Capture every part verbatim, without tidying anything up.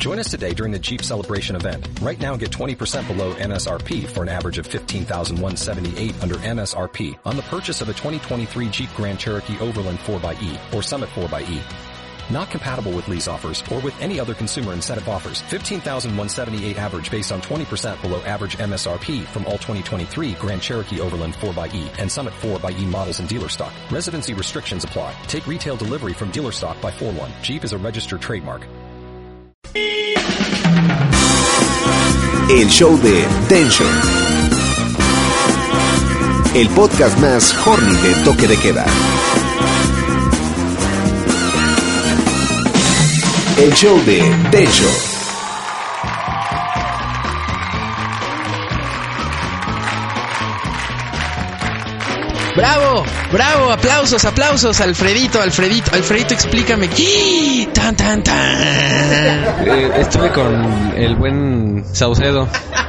Join us today during the Jeep Celebration event. Right now, get twenty percent below M S R P for an average of fifteen thousand one hundred seventy-eight dollars under M S R P on the purchase of a twenty twenty-three Jeep Grand Cherokee Overland four by E or Summit four by E. Not compatible with lease offers or with any other consumer incentive offers. fifteen thousand one hundred seventy-eight dollars average based on twenty percent below average M S R P from all twenty twenty-three Grand Cherokee Overland four by E and Summit four by E models in dealer stock. Residency restrictions apply. Take retail delivery from dealer stock by four one. Jeep is a registered trademark. El show de Tension, el podcast más horny de toque de queda. El show de Tension. ¡Bravo! ¡Bravo! ¡Aplausos! ¡Aplausos! Alfredito, Alfredito, Alfredito, explícame. ¡Ih! ¡Tan, tan, tan! Eh, estuve con el buen Saucedo.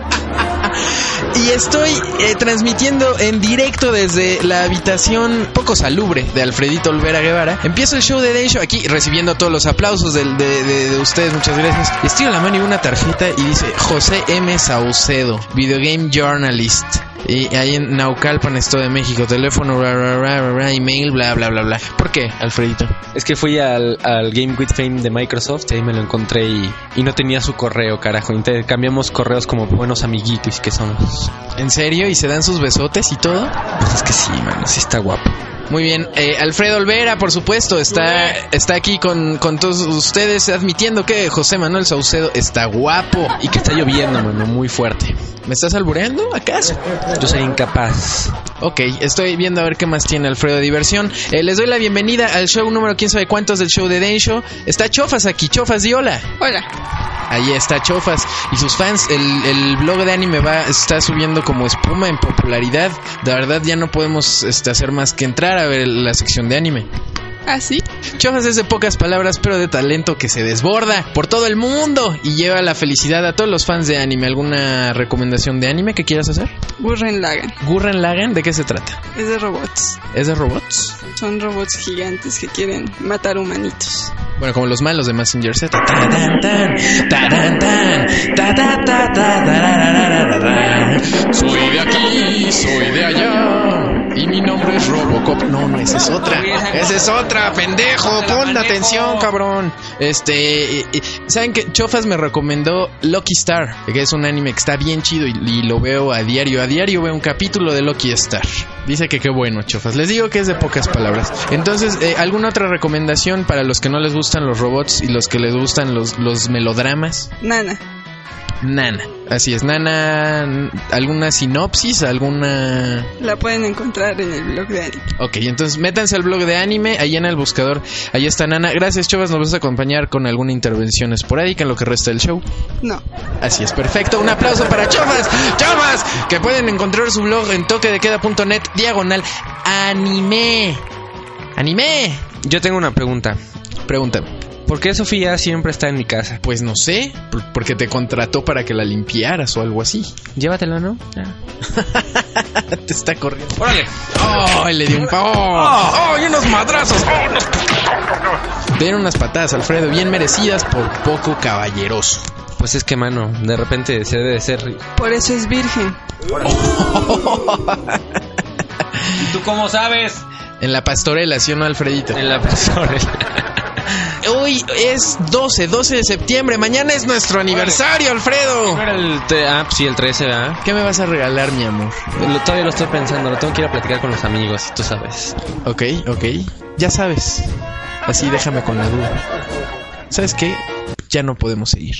Y estoy eh, transmitiendo en directo desde la habitación poco salubre de Alfredito Olvera Guevara. Empiezo el show de Densho aquí recibiendo todos los aplausos de, de, de, de ustedes, muchas gracias. Estiro la mano y una tarjeta y dice José M. Saucedo, Video Game Journalist. Y ahí en Naucalpan, Estado de México, teléfono, bla, bla, bla, bla, email, bla, bla, bla, bla. ¿Por qué, Alfredito? Es que fui al, al Game with Fame de Microsoft y ahí me lo encontré y, y no tenía su correo, carajo. Intercambiamos correos como buenos amiguitos que somos. ¿En serio? ¿Y se dan sus besotes y todo? Pues es que sí, mano, sí está guapo. Muy bien, eh, Alfredo Olvera, por supuesto, está está aquí con, con todos ustedes admitiendo que José Manuel Saucedo está guapo y que está lloviendo, mano, muy fuerte. ¿Me estás albureando, acaso? Yo soy incapaz. Ok, estoy viendo a ver qué más tiene Alfredo Diversión. Eh, les doy la bienvenida al show número quién sabe cuántos del show de Densho. Está Chofas aquí, Chofas, di hola. Hola. Ahí está Chofas y sus fans. El, el blog de anime va está subiendo como espuma en popularidad. De verdad ya no podemos este, hacer más que entrar a ver la sección de anime. ¿Ah, sí? Chofas es de pocas palabras, pero de talento que se desborda por todo el mundo y lleva la felicidad a todos los fans de anime. ¿Alguna recomendación de anime que quieras hacer? Gurren Lagann. ¿Gurren Lagann? ¿De qué se trata? Es de robots. ¿Es de robots? Son robots gigantes que quieren matar humanitos. Bueno, como los malos de Mazinger Z. Soy de aquí, soy de allá y mi nombre es Robocop. No, no, esa es otra. Esa es otra, pendejo. Pon atención, cabrón. Este, ¿saben qué? Chofas me recomendó Lucky Star, que es un anime que está bien chido y, y lo veo a diario. A diario veo un capítulo de Lucky Star. Dice que qué bueno, Chofas. Les digo que es de pocas palabras. Entonces, eh, ¿alguna otra recomendación para los que no les gustan los robots y los que les gustan los, los melodramas? Nana. Nana, así es, Nana. ¿Alguna sinopsis? ¿Alguna...? La pueden encontrar en el blog de anime. Ok, entonces métanse al blog de anime, ahí en el buscador, ahí está Nana. Gracias, Chofas, ¿nos vas a acompañar con alguna intervención esporádica en lo que resta del show? No. Así es, perfecto, un aplauso para Chofas, Chofas, que pueden encontrar su blog en toquedequeda punto net, diagonal, anime. Anime. Yo tengo una pregunta. Pregúntame. ¿Por qué Sofía siempre está en mi casa? Pues no sé, porque te contrató para que la limpiaras o algo así. Llévatela, ¿no? Ah. Te está corriendo. ¡Órale! ¡Oh! Le dio un pavo. ¡Oh! ¡Oh! ¡Y unos madrazos! ¡Oh! Unos... Le dieron unas patadas, Alfredo, bien merecidas por poco caballeroso. Pues es que, mano, de repente se debe de ser... Por eso es virgen. Oh. ¿Y tú cómo sabes? En la pastorela, ¿sí o no, Alfredito? En la pastorela. Hoy es doce, doce de septiembre. Mañana es nuestro aniversario, Alfredo. El te- ah, sí, el trece, ¿verdad? ¿Qué me vas a regalar, mi amor? Lo, todavía lo estoy pensando, lo tengo que ir a platicar con los amigos, tú sabes. Ok, ok. Ya sabes. Así déjame con la duda. ¿Sabes qué? Ya no podemos seguir.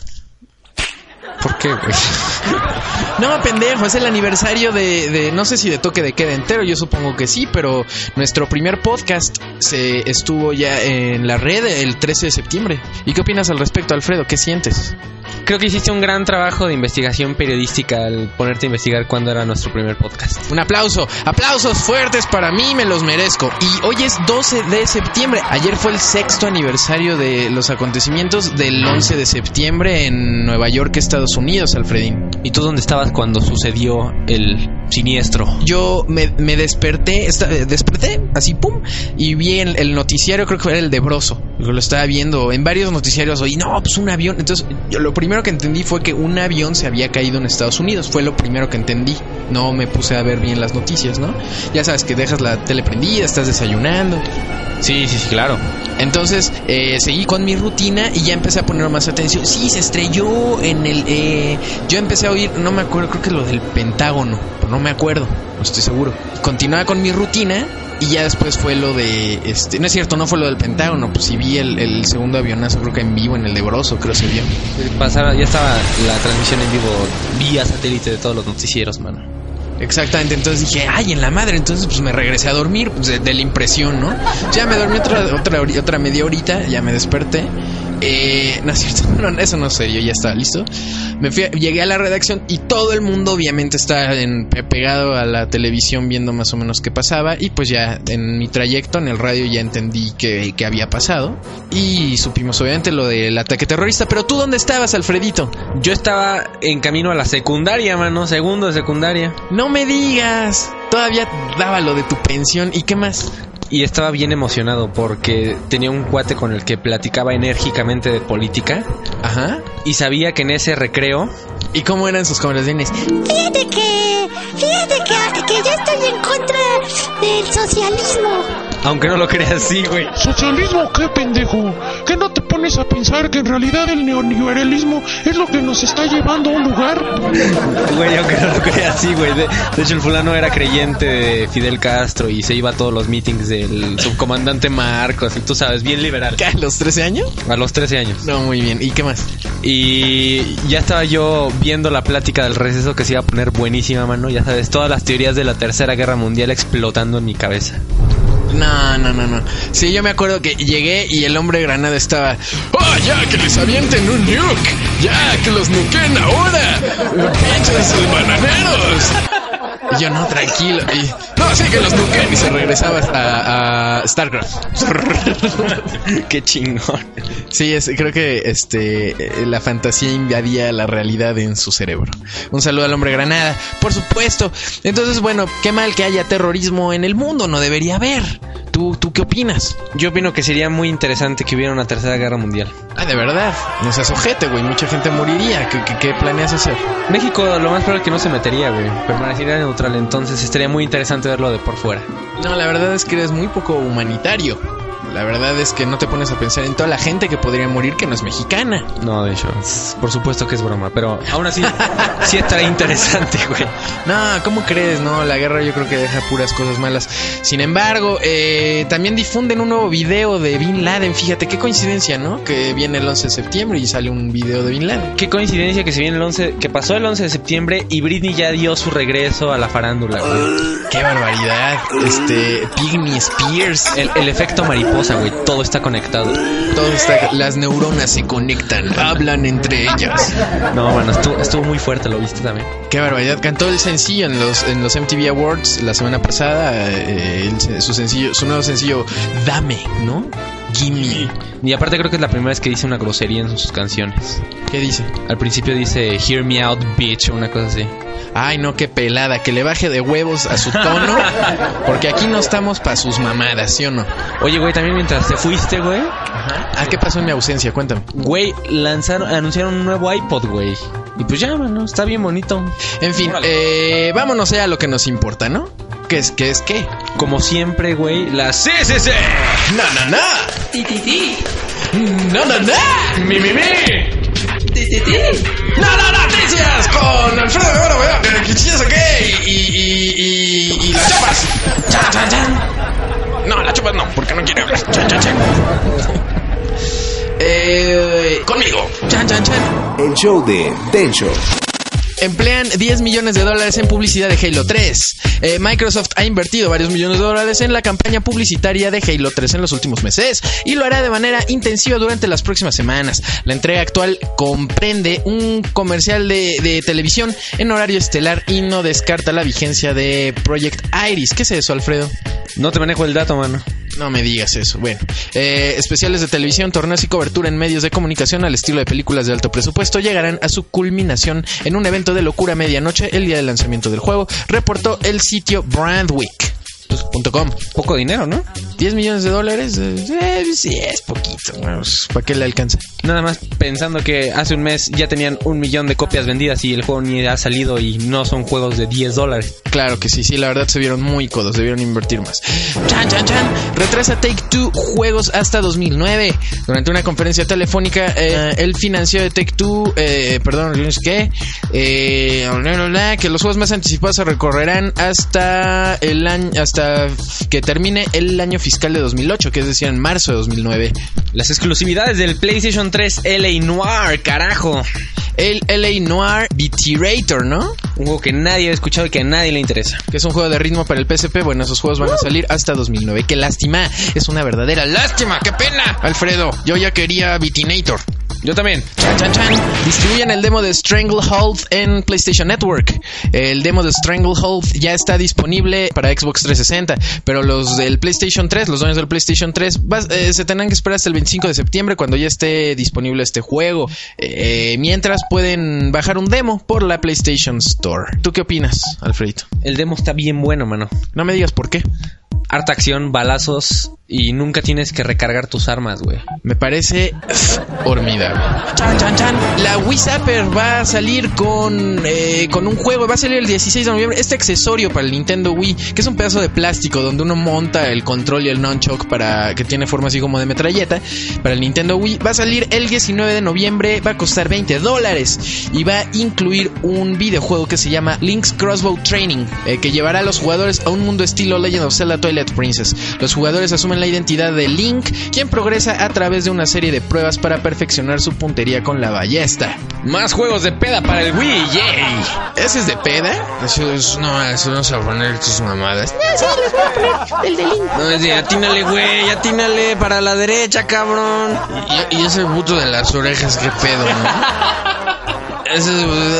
¿Por qué, güey? No, pendejo, es el aniversario de, de... No sé si de toque de queda entero, yo supongo que sí, pero nuestro primer podcast se estuvo ya en la red el trece de septiembre. ¿Y qué opinas al respecto, Alfredo? ¿Qué sientes? Creo que hiciste un gran trabajo de investigación periodística al ponerte a investigar cuándo era nuestro primer podcast. Un aplauso, aplausos fuertes para mí, me los merezco. Y hoy es doce de septiembre. Ayer fue el sexto aniversario de los acontecimientos del once de septiembre en Nueva York, Estados Unidos, Alfredín. ¿Y tú dónde estabas cuando sucedió el siniestro? Yo me, me desperté, esta, desperté, así pum, y vi el, el noticiario, creo que era el de Broso. Lo estaba viendo en varios noticiarios. Oí, no, pues un avión. Entonces, yo lo primero que entendí fue que un avión se había caído en Estados Unidos. Fue lo primero que entendí. No me puse a ver bien las noticias, ¿no? Ya sabes que dejas la tele prendida, estás desayunando. Sí, sí, sí, claro. Entonces, eh, seguí con mi rutina y ya empecé a poner más atención. Sí, se estrelló en el... Eh, yo empecé a oír, no me acuerdo, creo que lo del Pentágono, pero no me acuerdo, no estoy seguro. Continuaba con mi rutina y ya después fue lo de... este No es cierto, no fue lo del Pentágono, pues sí vi el, el segundo avionazo, creo que en vivo, en el de Broso, creo que se vio. Pasara, ya estaba la transmisión en vivo vía satélite de todos los noticieros, mano. Exactamente, entonces dije, ay, en la madre, entonces pues me regresé a dormir, pues de, de la impresión, ¿no? Ya me dormí otra otra otra media horita, ya me desperté. Eh, no es cierto, no, eso no sé, yo ya estaba listo. Me fui, llegué a la redacción y todo el mundo obviamente está en, pegado a la televisión viendo más o menos qué pasaba. Y pues ya en mi trayecto en el radio ya entendí qué, qué había pasado. Y supimos obviamente lo del ataque terrorista. Pero tú, ¿dónde estabas, Alfredito? Yo estaba en camino a la secundaria, mano, segundo de secundaria. No me digas, todavía daba lo de tu pensión. ¿Y qué más? Y estaba bien emocionado porque tenía un cuate con el que platicaba enérgicamente de política. Ajá. Y sabía que en ese recreo... ¿Y cómo eran sus conversaciones? Fíjate que... Fíjate que, que yo estoy en contra del socialismo. Aunque no lo creas así, güey. ¿Socialismo qué, pendejo? ¿Qué no te pones a pensar que en realidad el neoliberalismo es lo que nos está llevando a un lugar? Güey, aunque no lo creas así, güey. De, de hecho, el fulano era creyente de Fidel Castro y se iba a todos los meetings del subcomandante Marcos. Y tú sabes, bien liberal. ¿Qué, a los trece años? A los trece años. No, muy bien. ¿Y qué más? Y ya estaba yo viendo la plática del receso que se iba a poner buenísima, mano. Ya sabes, todas las teorías de la Tercera Guerra Mundial explotando en mi cabeza. No, no, no, no. Sí, yo me acuerdo que llegué y el hombre granada estaba... ¡Oh, ya, que les avienten un nuke! ¡Ya, que los nuquen ahora! ¡Pinches bananeros! Y yo, no, tranquilo. Y, no, sí, que los nuquen. Y se regresaba a, a StarCraft. ¡Qué chingón! Sí, es, creo que este la fantasía invadía la realidad en su cerebro. Un saludo al hombre granada, por supuesto. Entonces, bueno, qué mal que haya terrorismo en el mundo, no debería haber. ¿Tú, tú qué opinas? Yo opino que sería muy interesante que hubiera una tercera guerra mundial. Ah, de verdad, no seas ojete, güey, mucha gente moriría. ¿Qué, qué, qué planeas hacer? México lo más probable es que no se metería, güey, permanecería neutral, entonces estaría muy interesante verlo de por fuera. No, la verdad es que eres muy poco humanitario. La verdad es que no te pones a pensar en toda la gente que podría morir que no es mexicana. No, de hecho, por supuesto que es broma, pero aún así sí estaría interesante, güey. No, ¿cómo crees? No, la guerra yo creo que deja puras cosas malas. Sin embargo, eh, también difunden un nuevo video de Bin Laden. Fíjate, qué coincidencia, ¿no? Que viene el once de septiembre y sale un video de Bin Laden. Qué coincidencia que se viene el once, que pasó el once de septiembre y Britney ya dio su regreso a la farándula, güey. Qué barbaridad. Este, Britney Spears. El, el efecto mariposa, güey, todo está conectado. Todo está, las neuronas se conectan, hablan entre ellas. No, bueno, estuvo, estuvo muy fuerte, ¿lo viste también? Qué barbaridad. Cantó el sencillo en los en los M T V Awards la semana pasada, eh, el, su sencillo, su nuevo sencillo Dame, ¿no? Gimme. Y aparte creo que es la primera vez que dice una grosería en sus canciones. ¿Qué dice? Al principio dice Hear me out, bitch, o una cosa así. Ay, no, qué pelada, que le baje de huevos a su tono, porque aquí no estamos pa' sus mamadas, ¿sí o no? Oye, güey, también mientras te fuiste, güey. Ajá. Ah, ¿qué pasó en mi ausencia? Cuéntame. Güey, lanzaron, anunciaron un nuevo iPod, güey. Y pues ya, mano, está bien bonito. En fin, eh, vámonos ya a lo que nos importa, ¿no? ¿Qué es qué es qué? Como siempre, güey, la C C C. ¡Na, na, na! Ti, ti, ti. ¡Na, na, na! ¡Mi, mi, mi! Ti, ti, ti. ¡Na, na, noticias! Con Alfredo Guevara, güey. ¿Qué chillas o qué? Y, y, y, y las chapas. ¡Chan, chan, chan! No, las chapas no, porque no quiere hablar. ¡Chan, chan, chan! Eh, conmigo. ¡Chan, chan, chan! El show de Densho. Emplean diez millones de dólares en publicidad de Halo tres. Eh, Microsoft ha invertido varios millones de dólares en la campaña publicitaria de Halo tres en los últimos meses y lo hará de manera intensiva durante las próximas semanas. La entrega actual comprende un comercial de, de televisión en horario estelar y no descarta la vigencia de Project Iris. ¿Qué es eso, Alfredo? No te manejo el dato, mano. No me digas eso. Bueno, eh, especiales de televisión, torneos y cobertura en medios de comunicación al estilo de películas de alto presupuesto llegarán a su culminación en un evento de locura a medianoche el día del lanzamiento del juego, reportó el sitio Brandweek. pues, punto com. Poco dinero, ¿no? diez millones de dólares, eh, sí, es poquito. Pues, ¿para qué le alcanza? Nada más pensando que hace un mes ya tenían un millón de copias vendidas y el juego ni ha salido y no son juegos de diez dólares. Claro que sí, sí, la verdad se vieron muy codos, debieron invertir más. Chan, chan, chan. Retrasa Take-Two juegos hasta dos mil nueve. Durante una conferencia telefónica, eh, el financió de Take-Two, eh, perdón, ¿qué? Eh, que los juegos más anticipados se recorrerán hasta el año, hasta que termine el año fiscal de dos mil ocho, que es decir, en marzo de dos mil nueve. Las exclusividades del PlayStation tres L A Noire, carajo. El L A Noire Vitirator, ¿no? Un juego que nadie ha escuchado y que a nadie le interesa. Que es un juego de ritmo para el P S P. Bueno, esos juegos van a salir hasta dos mil nueve. ¡Qué lástima! Es una verdadera lástima. ¡Qué pena! Alfredo, yo ya quería Vitinator. Yo también. Chan, chan, chan. Distribuyen el demo de Stranglehold en PlayStation Network. El demo de Stranglehold ya está disponible para Xbox trescientos sesenta, pero los del PlayStation tres, los dueños del PlayStation tres, vas, eh, se tendrán que esperar hasta el veinticinco de septiembre cuando ya esté disponible este juego. Eh, mientras pueden bajar un demo por la PlayStation Store. ¿Tú qué opinas, Alfredito? El demo está bien bueno, mano. No me digas por qué. Harta acción, balazos y nunca tienes que recargar tus armas, güey. Me parece formidable. Chan, chan, chan. La Wii Zapper va a salir con eh, con un juego. Va a salir el dieciséis de noviembre. Este accesorio para el Nintendo Wii, que es un pedazo de plástico donde uno monta el control y el nunchuck para que tiene forma así como de metralleta. Para el Nintendo Wii va a salir el diecinueve de noviembre. Va a costar veinte dólares y va a incluir un videojuego que se llama Link's Crossbow Training, eh, que llevará a los jugadores a un mundo estilo Legend of Zelda Twilight Princess. Los jugadores asumen la identidad de Link, quien progresa a través de una serie de pruebas para perfeccionar su puntería con la ballesta. Más juegos de peda para el Wii, yay. ¿Ese es de peda? Eso es, no, eso no se va a poner tus mamadas. No, sí, les voy a poner el de Link. No, es de atínale, güey, atínale para la derecha, cabrón. Y, y ese puto de las orejas, qué pedo, ¿no? Ese,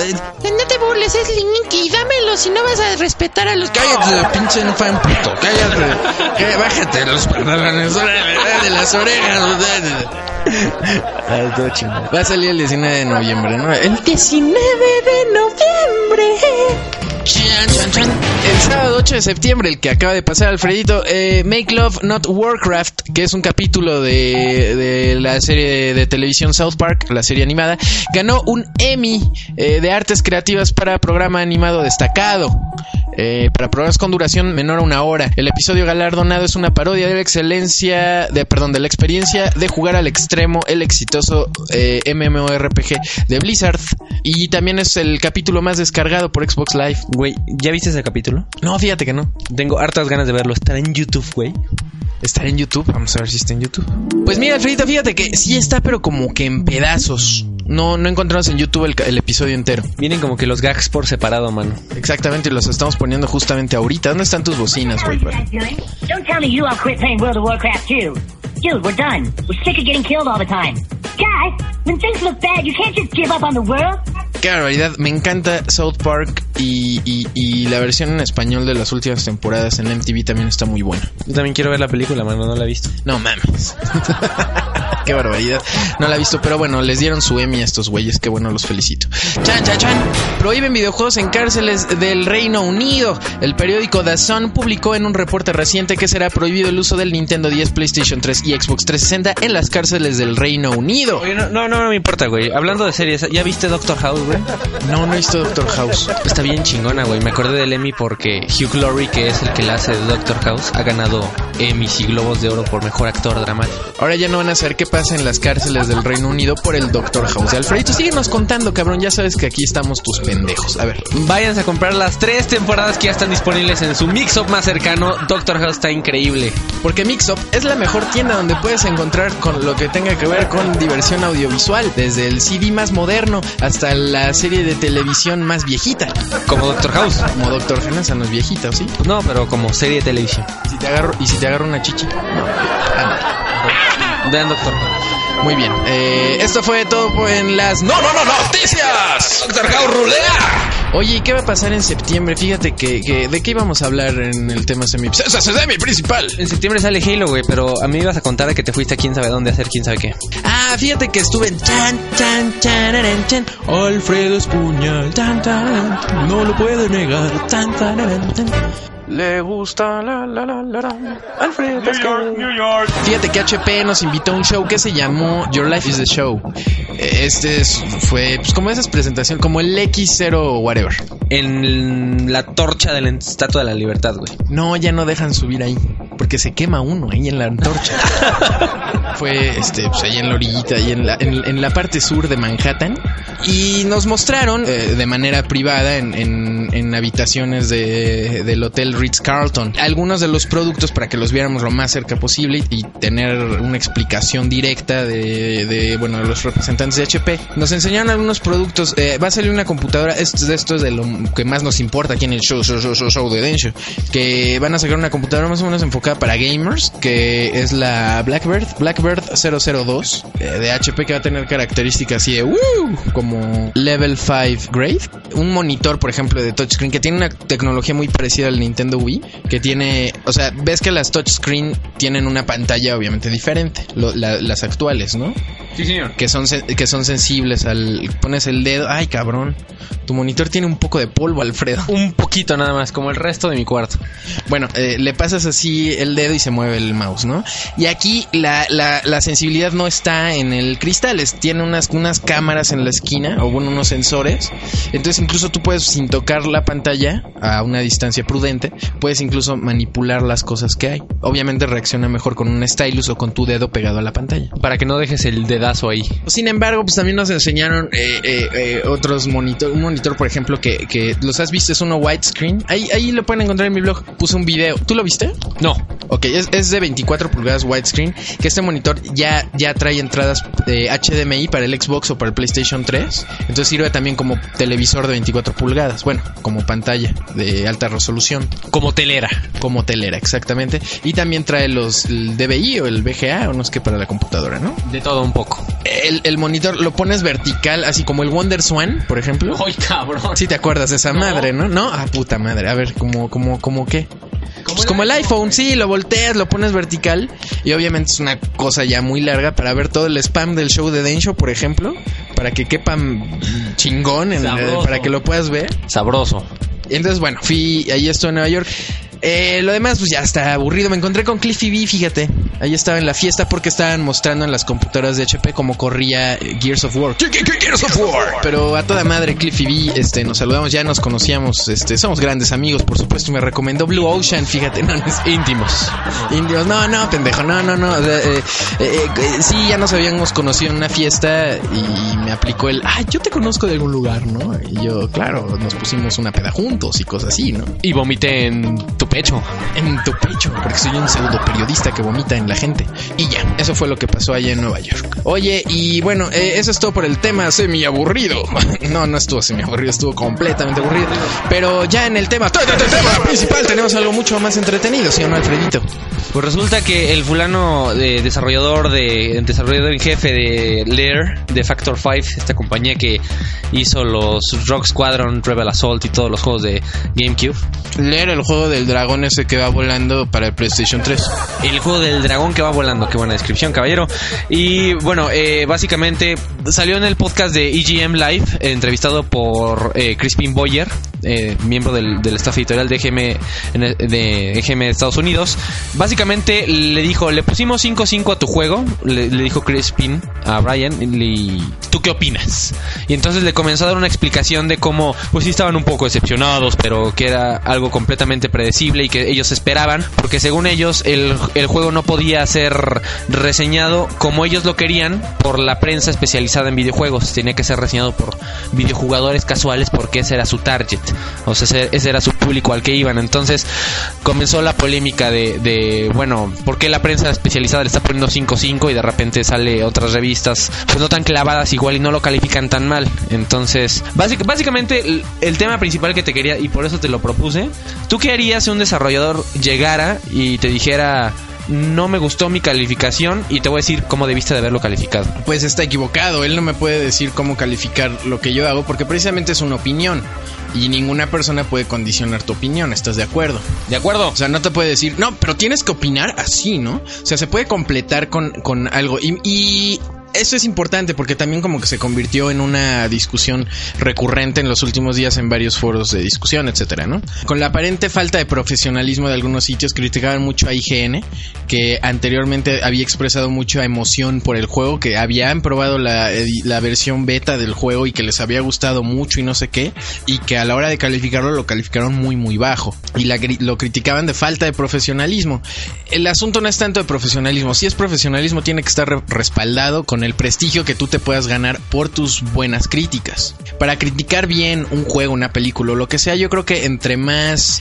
no te burles, es Link, y dámelo si no vas a respetar a los... Cállate, pinche fan puto, cállate, cállate, bájate los pantalones de las orejas. Va a salir el diecinueve de noviembre, ¿no? El diecinueve de noviembre. Chan, chan, chan. El sábado ocho de septiembre, el que acaba de pasar, Alfredito, eh, Make Love Not Warcraft, que es un capítulo de, de la serie de, de televisión South Park, la serie animada, ganó un Emmy eh, de artes creativas para programa animado destacado. Eh, para programas con duración menor a una hora. El episodio galardonado es una parodia de la excelencia, de perdón, de la experiencia de jugar al extremo el exitoso eh, MMORPG de Blizzard, y también es el capítulo más descargado por Xbox Live. Güey, ¿ya viste ese capítulo? No, fíjate que no. Tengo hartas ganas de verlo. Estará en YouTube, güey. ¿Está en YouTube? Vamos a ver si está en YouTube. Pues mira, Alfredito, fíjate que sí está, pero como que en pedazos. No, no encontramos en YouTube el, el episodio entero. Vienen como que los gags por separado, mano. Exactamente, los estamos poniendo justamente ahorita. ¿Dónde están tus bocinas, güey? Don't tell me you all quit playing World of Warcraft too. Dude, we're done. We're sick of getting killed all the time. Guy, when things look bad, you can't just give up on the world. Qué barbaridad, me encanta South Park y, y, y la versión en español de las últimas temporadas en M T V también está muy buena. Yo también quiero ver la película, mano, no la he visto. No mames. Qué barbaridad. No la he visto, pero bueno, les dieron su Emmy a estos güeyes, qué bueno, los felicito. Chan, chan, chan. Prohíben videojuegos en cárceles del Reino Unido. El periódico The Sun publicó en un reporte reciente que será prohibido el uso del Nintendo diez, PlayStation tres y Xbox trescientos sesenta en las cárceles del Reino Unido. Oye, no, no, no, no me importa, güey. Hablando de series, ¿ya viste Doctor House, güey? No, no he visto Doctor House. Está bien chingona, güey. Me acordé del Emmy porque Hugh Laurie, que es el que la hace de Doctor House, ha ganado Emmys y Globos de Oro por mejor actor dramático. Ahora ya no van a saber qué pasa en las cárceles del Reino Unido por el Doctor House. Alfredito, síguenos contando, cabrón. Ya sabes que aquí estamos tus pendejos. A ver. Váyanse a comprar las tres temporadas que ya están disponibles en su Mix-Up más cercano. Doctor House está increíble. Porque Mix-Up es la mejor tienda donde puedes encontrar con lo que tenga que ver con diversión audiovisual. Desde el C D más moderno hasta la serie de televisión más viejita. Como Doctor House. Como Doctor House, esa no es viejita, ¿o sí? No, pero como serie de televisión. Si te agarro, ¿y si te agarro una chichi? No. Ah, vean Doctor House. Muy bien, eh, esto fue todo en las... ¡No, no, no, noticias! ¡Doctor House rulea! Oye, ¿y qué va a pasar en septiembre? Fíjate que, que ¿de qué íbamos a hablar en el tema semi... ¡Ese es semi principal! En septiembre sale Halo, güey, pero a mí ibas a contar de que te fuiste a quién sabe dónde a hacer quién sabe qué. Ah, fíjate que estuve en... Chan, chan, chan, chan, Alfredo Espuñal, tan, tan, no lo puedo negar, tan, tan, tan. Le gusta la la la la la Alfred New New York. Fíjate que H P nos invitó a un show que se llamó Your Life is the Show. Este es, fue pues, como esas presentaciones, como el equis cero whatever. En la torcha de la Estatua de la Libertad, güey. No, ya no dejan subir ahí, porque se quema uno ahí en la antorcha. Fue este, pues ahí en la orillita, ahí en la, en, en la parte sur de Manhattan. Y nos mostraron eh, de manera privada en, en, en habitaciones de, del Hotel Ritz-Carlton algunos de los productos para que los viéramos lo más cerca posible y, y tener una explicación directa de, de, bueno, de los representantes de H P. Nos enseñaron algunos productos. Eh, va a salir una computadora, esto, esto es de lo que más nos importa aquí en el show, show, show, show, show de Densho, que van a sacar una computadora más o menos enfocada para gamers, que es la Blackbird, Blackbird cero cero dos eh, de H P, que va a tener características así de uh, como Level cinco Grade. Un monitor, por ejemplo, de touchscreen que tiene una tecnología muy parecida al Nintendo Wii, que tiene, o sea, ves que las touchscreen tienen una pantalla obviamente diferente, lo, la, las actuales, ¿no? Sí, señor. Que son, que son sensibles al... Pones el dedo... Ay, cabrón. Tu monitor tiene un poco de polvo, Alfredo. Un poquito nada más, como el resto de mi cuarto. Bueno, eh, le pasas así el dedo y se mueve el mouse, ¿no? Y aquí la, la, la sensibilidad no está en el cristal. Es, tiene unas, unas cámaras en la esquina, o bueno, unos sensores. Entonces incluso tú puedes, sin tocar la pantalla, a una distancia prudente, puedes incluso manipular las cosas que hay. Obviamente reacciona mejor con un stylus o con tu dedo pegado a la pantalla. Para que no dejes el dedazo ahí. Sin embargo, pues también nos enseñaron eh, eh, eh, otros monitores. Un monitor, por ejemplo, que, que los has visto, es uno widescreen. Ahí, ahí lo pueden encontrar en mi blog. Puse un video. ¿Tú lo viste? No. Ok, es, es de veinticuatro pulgadas widescreen. Que este monitor ya, ya trae entradas de H D M I para el Xbox o para el PlayStation tres. Entonces sirve también como televisor de veinticuatro pulgadas. Bueno, como pantalla de alta resolución. Como telera. Como telera, exactamente. Y también trae los el D V I o el V G A o no sé qué para la computadora, ¿no? De todo un poco. El, el monitor lo pones vertical, así como el Wonder Swan, por ejemplo. ¡Ay, cabrón! Sí te acuerdas de esa no. madre, ¿no? ¿No? Ah, puta madre. A ver, ¿cómo, cómo, cómo qué? Pues como el iPhone, sí, lo volteas, lo pones vertical. Y obviamente es una cosa ya muy larga para ver todo el spam del show de Densho, por ejemplo. Para que quepan chingón, en, para que lo puedas ver. Sabroso. Entonces, bueno, fui, ahí estoy en Nueva York. Eh, lo demás, pues ya está aburrido. Me encontré con Cliffy B, fíjate. Ahí estaba en la fiesta porque estaban mostrando en las computadoras de H P cómo corría eh, Gears of War. ¿Qué, qué, qué Gears of War? Pero a toda madre, Cliffy B, este, nos saludamos, ya nos conocíamos, este, somos grandes amigos, por supuesto. Me recomendó Blue Ocean, fíjate, no, no es íntimos. Íntimos, no, no, pendejo, no, no, no. O sea, eh, eh, eh, sí, ya nos habíamos conocido en una fiesta y me aplicó el, ah, yo te conozco de algún lugar, ¿no? Y yo, claro, nos pusimos una peda juntos y cosas así, ¿no? Y vomité en tu pecho. En tu pecho, porque soy un pseudo periodista que vomita en la gente. Y ya, eso fue lo que pasó allá en Nueva York. Oye, y bueno, eh, eso es todo por el tema semi aburrido. No, no estuvo semi aburrido, estuvo completamente aburrido. Pero ya en el tema, tema principal, tenemos algo mucho más entretenido, ¿sí o no, Alfredito? Pues resulta que el fulano de desarrollador de desarrollador en jefe de Lair, de Factor cinco, esta compañía que hizo los Rogue Squadron, Rebel Assault y todos los juegos de GameCube. Lair, el juego del dragón ese que va volando para el PlayStation tres. El juego del dragón que va volando, qué buena descripción, caballero. Y bueno, eh, básicamente salió en el podcast de E G M Live, eh, entrevistado por eh, Crispin Boyer, eh, miembro del, del staff editorial de E G M de E G M de Estados Unidos. Básicamente le dijo, le pusimos cinco cinco a tu juego, le, le dijo Crispin a Brian, y ¿tú qué opinas? Y entonces le comenzó a dar una explicación de cómo, pues sí estaban un poco decepcionados, pero que era algo completamente predecible y que ellos esperaban, porque según ellos el, el juego no podía ser reseñado como ellos lo querían por la prensa especializada en videojuegos, tenía que ser reseñado por videojugadores casuales porque ese era su target, o sea, ese, ese era su público al que iban. Entonces comenzó la polémica de, de bueno, ¿por qué la prensa especializada le está poniendo cinco cinco y de repente sale otras revistas pues no tan clavadas igual y no lo califican tan mal? Entonces, básic, básicamente el, el tema principal que te quería, y por eso te lo propuse, ¿tú qué harías si un desarrollador llegara y te dijera, no me gustó mi calificación, y te voy a decir cómo debiste de haberlo calificado? Pues está equivocado, él no me puede decir cómo calificar lo que yo hago, porque precisamente es una opinión y ninguna persona puede condicionar tu opinión, ¿estás de acuerdo? ¿De acuerdo? O sea, no te puede decir, no, pero tienes que opinar así, ¿no? O sea, se puede completar con, con algo y... y eso es importante porque también como que se convirtió en una discusión recurrente en los últimos días en varios foros de discusión, etcétera, ¿no? Con la aparente falta de profesionalismo de algunos sitios, criticaban mucho a I G N, que anteriormente había expresado mucha emoción por el juego, que habían probado la, la versión beta del juego y que les había gustado mucho y no sé qué, y que a la hora de calificarlo lo calificaron muy muy bajo y la, lo criticaban de falta de profesionalismo. El asunto no es tanto de profesionalismo, si es profesionalismo tiene que estar re- respaldado con el prestigio que tú te puedas ganar por tus buenas críticas. Para criticar bien un juego, una película o lo que sea, yo creo que entre más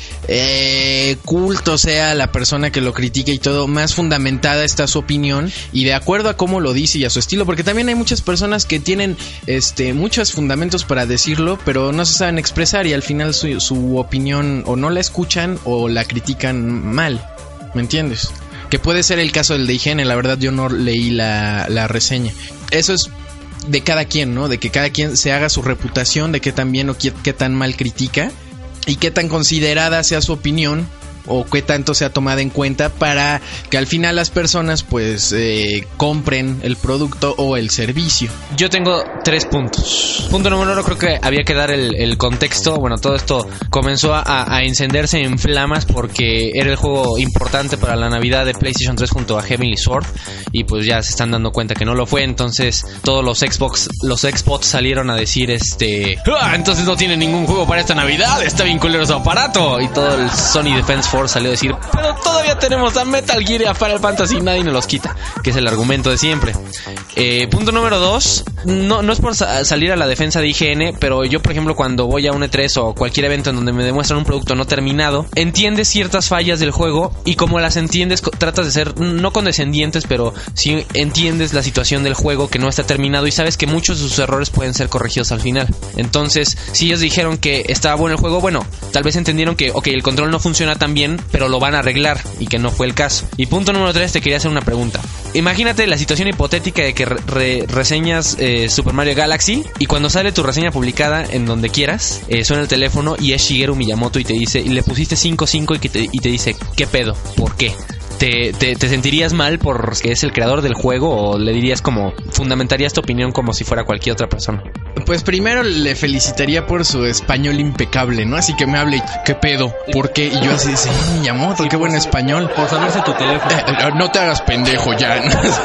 eh, culto sea la persona que lo critique y todo, más fundamentada está su opinión y de acuerdo a cómo lo dice y a su estilo, porque también hay muchas personas que tienen este muchos fundamentos para decirlo, pero no se saben expresar y al final su, su opinión o no la escuchan o la critican mal, ¿me entiendes? Que puede ser el caso del de I G N, la verdad yo no leí la, la reseña. Eso es de cada quien, ¿no? De que cada quien se haga su reputación, de qué tan bien o qué, qué tan mal critica y qué tan considerada sea su opinión o qué tanto sea tomada en cuenta para que al final las personas pues eh, compren el producto o el servicio. Yo tengo tres puntos. Punto número uno, creo que había que dar el, el contexto. Bueno, todo esto comenzó a, a encenderse en flamas porque era el juego importante para la Navidad de PlayStation tres junto a Heavenly Sword y pues ya se están dando cuenta que no lo fue. Entonces todos los Xbox los Xbox salieron a decir este ¡ah! Entonces no tiene ningún juego para esta Navidad, está bien culero su aparato. Y todo el Sony Defense Force salió a decir, pero todavía tenemos a Metal Gear y a Final Fantasy, nadie nos los quita, que es el argumento de siempre. Eh, punto número dos, no, no es por sa- salir a la defensa de I G N, pero yo por ejemplo cuando voy a un E tres o cualquier evento en donde me demuestran un producto no terminado, entiendes ciertas fallas del juego y como las entiendes co- tratas de ser no condescendientes, pero sí entiendes la situación del juego que no está terminado y sabes que muchos de sus errores pueden ser corregidos al final. Entonces, si ellos dijeron que estaba bueno el juego, bueno, tal vez entendieron que, ok, el control no funciona tan bien, pero lo van a arreglar y que no fue el caso. Y punto número tres, te quería hacer una pregunta. Imagínate la situación hipotética de que re- re- reseñas eh, Super Mario Galaxy y cuando sale tu reseña publicada en donde quieras, eh, suena el teléfono y es Shigeru Miyamoto y te dice, y le pusiste cinco cinco y, que te, y te dice, ¿qué pedo? ¿Por qué? ¿Te, te, ¿Te sentirías mal porque es el creador del juego o le dirías como, fundamentarías tu opinión como si fuera cualquier otra persona? Pues primero le felicitaría por su español impecable, ¿no? Así que me hable, ¿qué pedo? ¿Por qué? Y yo así, sí, Miyamoto, sí, qué buen español. Por saberse tu teléfono. Eh, no te hagas pendejo ya.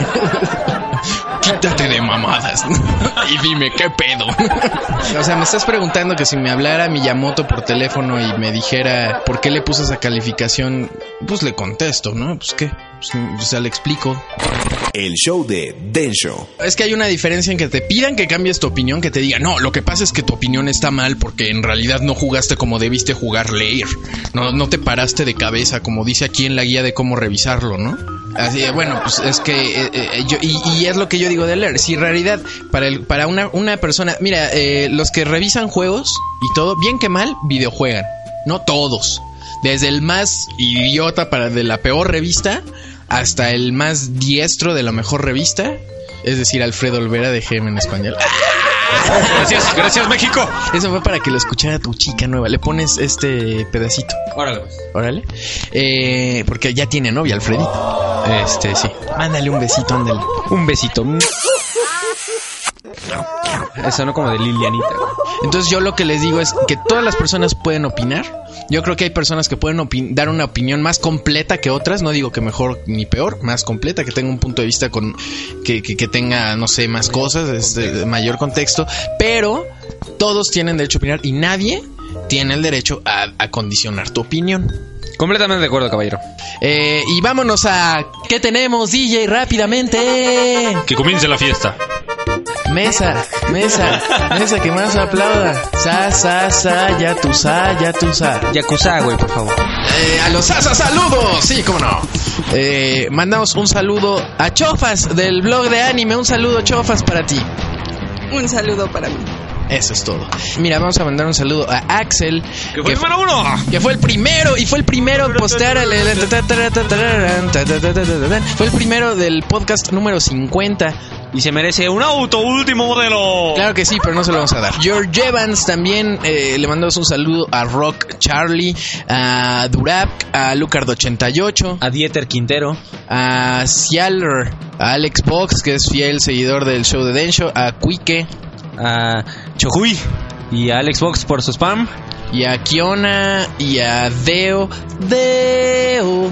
Quítate de mamadas y dime, ¿qué pedo? O sea, me estás preguntando que si me hablara Miyamoto por teléfono y me dijera por qué le puse esa calificación, pues le contesto, ¿no? Pues qué, pues, o sea, le explico. El show de Densho. Es que hay una diferencia en que te pidan que cambies tu opinión, que te digan, no, lo que pasa es que tu opinión está mal porque en realidad no jugaste como debiste jugar Lair. No, no te paraste de cabeza, como dice aquí en la guía de cómo revisarlo, ¿no? Así, bueno, pues es que eh, eh, yo, y, y es lo que yo digo de Lair. Si en realidad para el, para una, una persona, mira, eh, los que revisan juegos y todo, bien que mal, videojuegan. No todos. Desde el más idiota para de la peor revista hasta el más diestro de la mejor revista, es decir, Alfredo Olvera de G M en español. Gracias, gracias México. Eso fue para que lo escuchara tu chica nueva. Le pones este pedacito. Órale. Órale. Eh, porque ya tiene novia, Alfredito. Este, sí. Mándale un besito, ándale. Un besito. Eso no como de Lilianita. Entonces yo lo que les digo es que todas las personas pueden opinar. Yo creo que hay personas que pueden opin- dar una opinión más completa que otras. No digo que mejor ni peor, más completa, que tenga un punto de vista con que, que, que tenga, no sé, más cosas, este, mayor contexto. Pero todos tienen derecho a opinar y nadie tiene el derecho a, a condicionar tu opinión. Completamente de acuerdo, caballero. Eh, y vámonos a... ¿Qué tenemos, D J? Rápidamente. Que comience la fiesta. Mesa, mesa, mesa que más aplauda. Sa, sa, sa, ya tu sa, ya tu sa. Yakuza, güey, por favor. Eh, a los sasa, saludos. Sí, cómo no. Eh, mandamos un saludo a Chofas del blog de anime. Un saludo, Chofas, para ti. Un saludo para mí. Eso es todo. Mira, vamos a mandar un saludo a Axel, que fue el número uno, que fue el primero y fue el primero en postear el, el, fue el primero del podcast número cincuenta Y se merece un auto último modelo. Claro que sí, pero no se lo vamos a dar. George Evans también, eh, le mandamos un saludo a Rock Charlie, a Durap, a Lucard ochenta y ocho, A Dieter Quintero, a Cialer, a Alex Box, que es fiel seguidor del show de Densho, a Cuique, a Chojuy y a Alex Box por su spam. Y a Kiona y a Deo, Deo,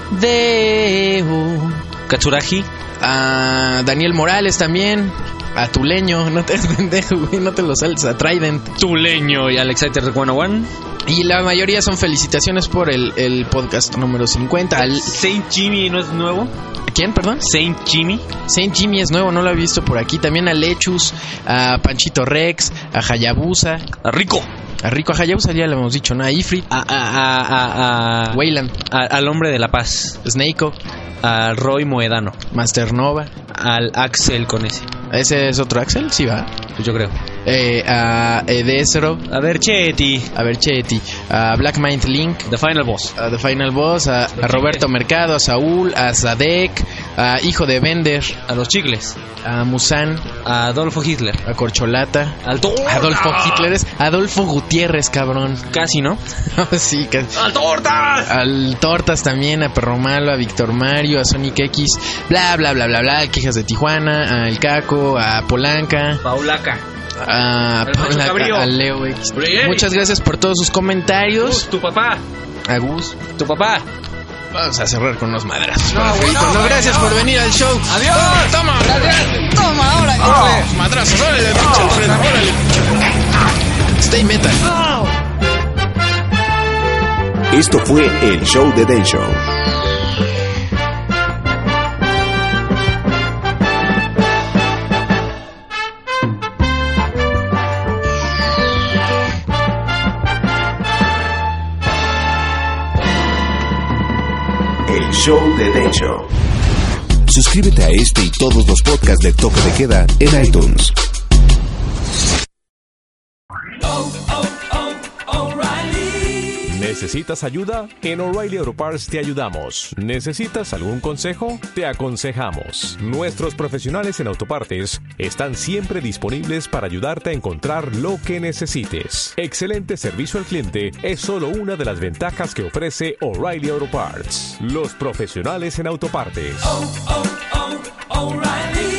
Deo, Katsuraji, a Daniel Morales también, a Tuleño, no te pendejo, güey, no te lo saltes, a Trident, Tuleño y Alex Aiter ciento uno. y la mayoría son felicitaciones por el, el podcast número cincuenta. Al Saint Jimmy no es nuevo. ¿Quién, perdón? Saint Jimmy. Saint Jimmy es nuevo, no lo he visto por aquí. También a Lechus, a Panchito Rex, a Hayabusa, A Rico. a Rico, a Hayabusa ya lo hemos dicho, ¿no? A Ifrit, A, a, a, a, a Wayland, a- al hombre de la paz. Snakeo, A Roy Moedano. Master Nova. Al Axel con ese. ¿Ese es otro Axel? Sí, va. Pues yo creo. Eh, a Edesro, A ver, Cheti. a Berchetti, a Black Mind Link, The Final Boss. a The Final Boss, a, a Roberto Mercado, a Saúl, a Zadek, a Hijo de Bender, A los Chicles. a Musan, A Adolfo Hitler. a Corcholata, Al Torta. Adolfo Hitler, es Adolfo Gutiérrez, cabrón. Casi, ¿no? Sí, que- ¡Al Tortas! al Tortas también, a Perro Malo, a Víctor Mario, a Sonic X, bla bla bla bla bla, Quejas de Tijuana, a El Caco, a Polanca, Paulaca. a, Al Macho Cabrío. a Leo X. Oye. Muchas gracias por todos sus comentarios. Tu papá. A Gus. Tu papá. Vamos a cerrar con unos madrazos. No, para güey, Feito. no, No, güey, gracias no. por venir al show. Adiós. Toma, toma. Toma ahora. Oh, madrazos, órale, pinche Alfredo, órale. Stay metal. Esto fue el show de Densho. El show de Densho. Suscríbete a este y todos los podcasts de Toque de Queda en iTunes. ¿Necesitas ayuda? En O'Reilly Auto Parts te ayudamos. ¿Necesitas algún consejo? Te aconsejamos. Nuestros profesionales en autopartes están siempre disponibles para ayudarte a encontrar lo que necesites. Excelente servicio al cliente es solo una de las ventajas que ofrece O'Reilly Auto Parts. Los profesionales en autopartes. Oh, oh, oh, O'Reilly.